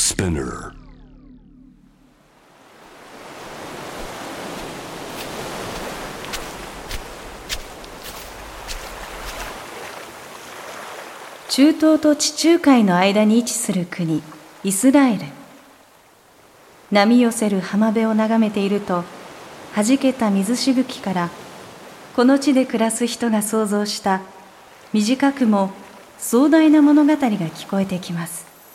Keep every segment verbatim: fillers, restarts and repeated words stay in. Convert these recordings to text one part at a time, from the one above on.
Spinner. 中東と地中海の間に位置する国、イスラエル。波寄せる浜辺を眺めていると、弾けた水しぶきから、この地で暮らす人が想像した短くも壮大な物語が聞こえてきます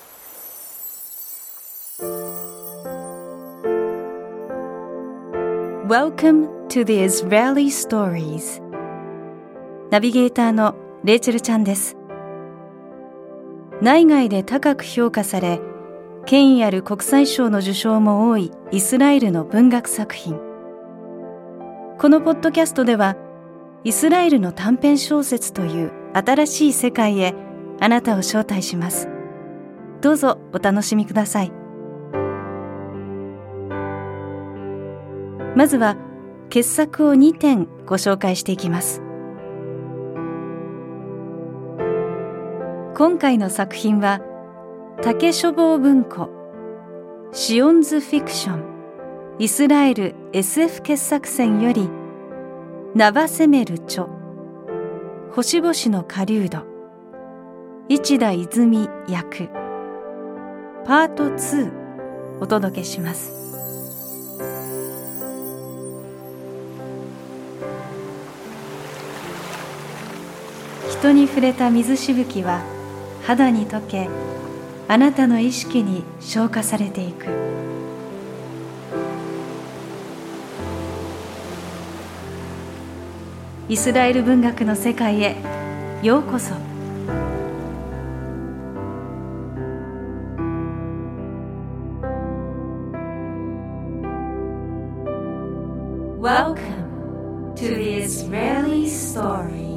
。Welcome to the Israeli Stories。 ナビゲーターのレイチェルちゃんです。内外で高く評価され、権威ある国際賞の受賞も多いイスラエルの文学作品。このポッドキャストでは、イスラエルの短編小説という新しい世界へあなたを招待します。どうぞお楽しみください。まずは傑作をにてんご紹介していきます。今回の作品は竹書房文庫シオンズフィクションイスラエル エスエフ 傑作選よりナバセメル著星々の狩人市田泉役パートツーお届けします。人に触れた水しぶきは肌に溶け、あなたの意識に昇華されていく。イスラエル文学の世界へようこそ。Welcome to the Israeli Stories。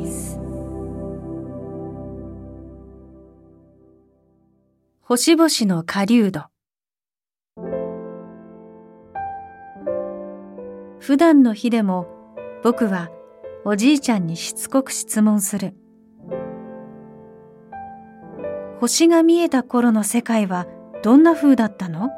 星々の狩人。普段の日でも僕はおじいちゃんにしつこく質問する。星が見えた頃の世界はどんな風だったの？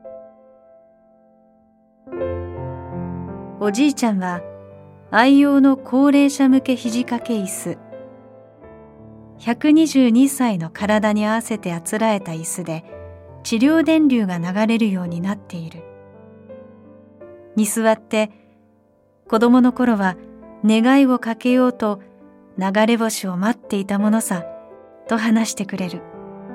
おじいちゃんは愛用の高齢者向け肘掛け椅子、ひゃくにじゅうにさいの体に合わせてあつらえた椅子で治療電流が流れるようになっている。に座って子供の頃は願いをかけようと流れ星を待っていたものさと話してくれる。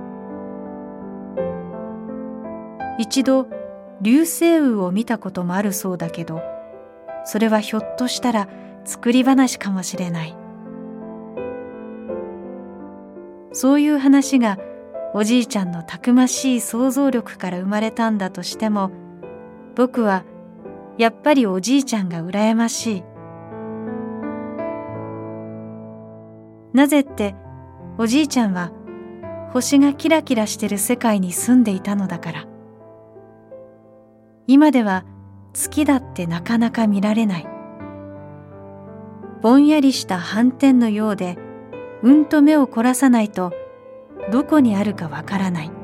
一度流星雨を見たこともあるそうだけど、それはひょっとしたら作り話かもしれない。そういう話がおじいちゃんのたくましい想像力から生まれたんだとしても、僕はやっぱりおじいちゃんが羨ましい。なぜって、おじいちゃんは星がキラキラしてる世界に住んでいたのだから。今では月だってなかなか見られない。ぼんやりした斑点のようで、うんと目を凝らさないとどこにあるかわからない。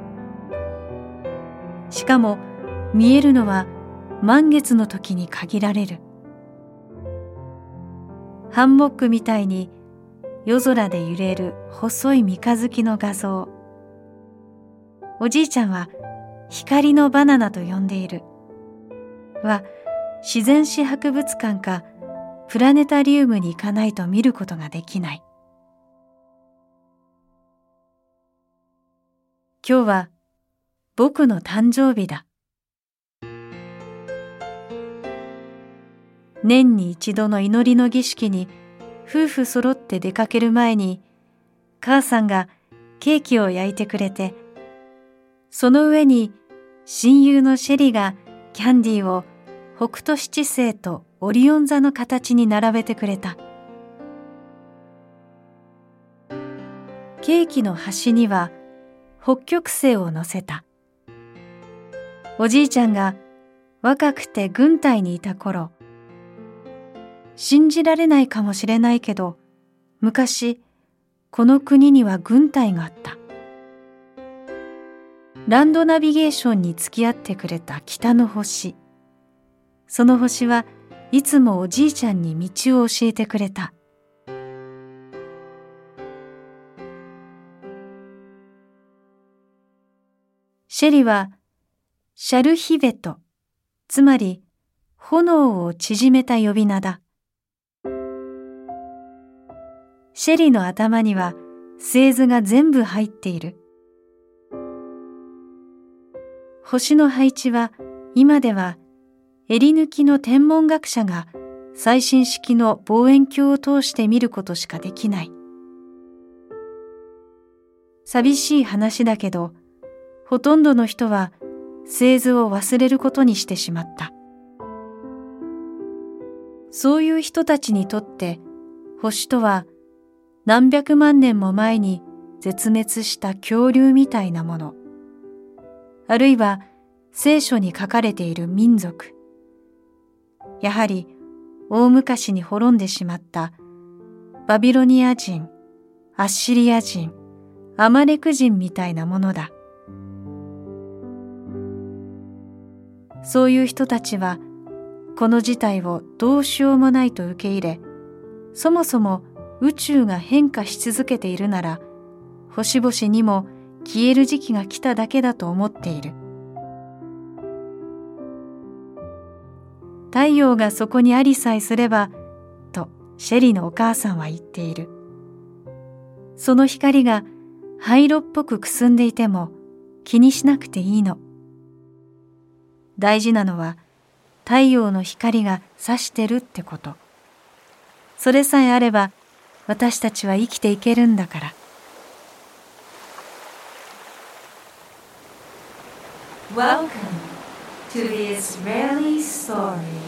しかも見えるのは満月の時に限られる。ハンモックみたいに夜空で揺れる細い三日月の画像。おじいちゃんは光のバナナと呼んでいる。は自然史博物館かプラネタリウムに行かないと見ることができない。今日は僕の誕生日だ。年に一度の祈りの儀式に夫婦揃って出かける前に、母さんがケーキを焼いてくれて、その上に親友のシェリがキャンディーを北斗七星とオリオン座の形に並べてくれた。ケーキの端には北極星を乗せた。おじいちゃんが若くて軍隊にいた頃、信じられないかもしれないけど、昔この国には軍隊があった。 ランドナビゲーションに付き合ってくれた北の星。その星はいつもおじいちゃんに道を教えてくれた。シェリはシャルヒベト、つまり炎を縮めた呼び名だ。シェリの頭には星図が全部入っている。星の配置は今では襟抜きの天文学者が最新式の望遠鏡を通して見ることしかできない。寂しい話だけど、ほとんどの人は星図を忘れることにしてしまった。そういう人たちにとって星とは何百万年も前に絶滅した恐竜みたいなもの、あるいは聖書に書かれている民族、やはり大昔に滅んでしまったバビロニア人、アッシリア人、アマレク人みたいなものだ。そういう人たちはこの事態をどうしようもないと受け入れ、そもそも宇宙が変化し続けているなら、星々にも消える時期が来ただけだと思っている。太陽がそこにありさえすれば、とシェリのお母さんは言っている。その光が灰色っぽくくすんでいても気にしなくていいの。大事なのは太陽の光が差してるってこと。それさえあれば私たちは生きていけるんだから。Welcome to the Israeli Story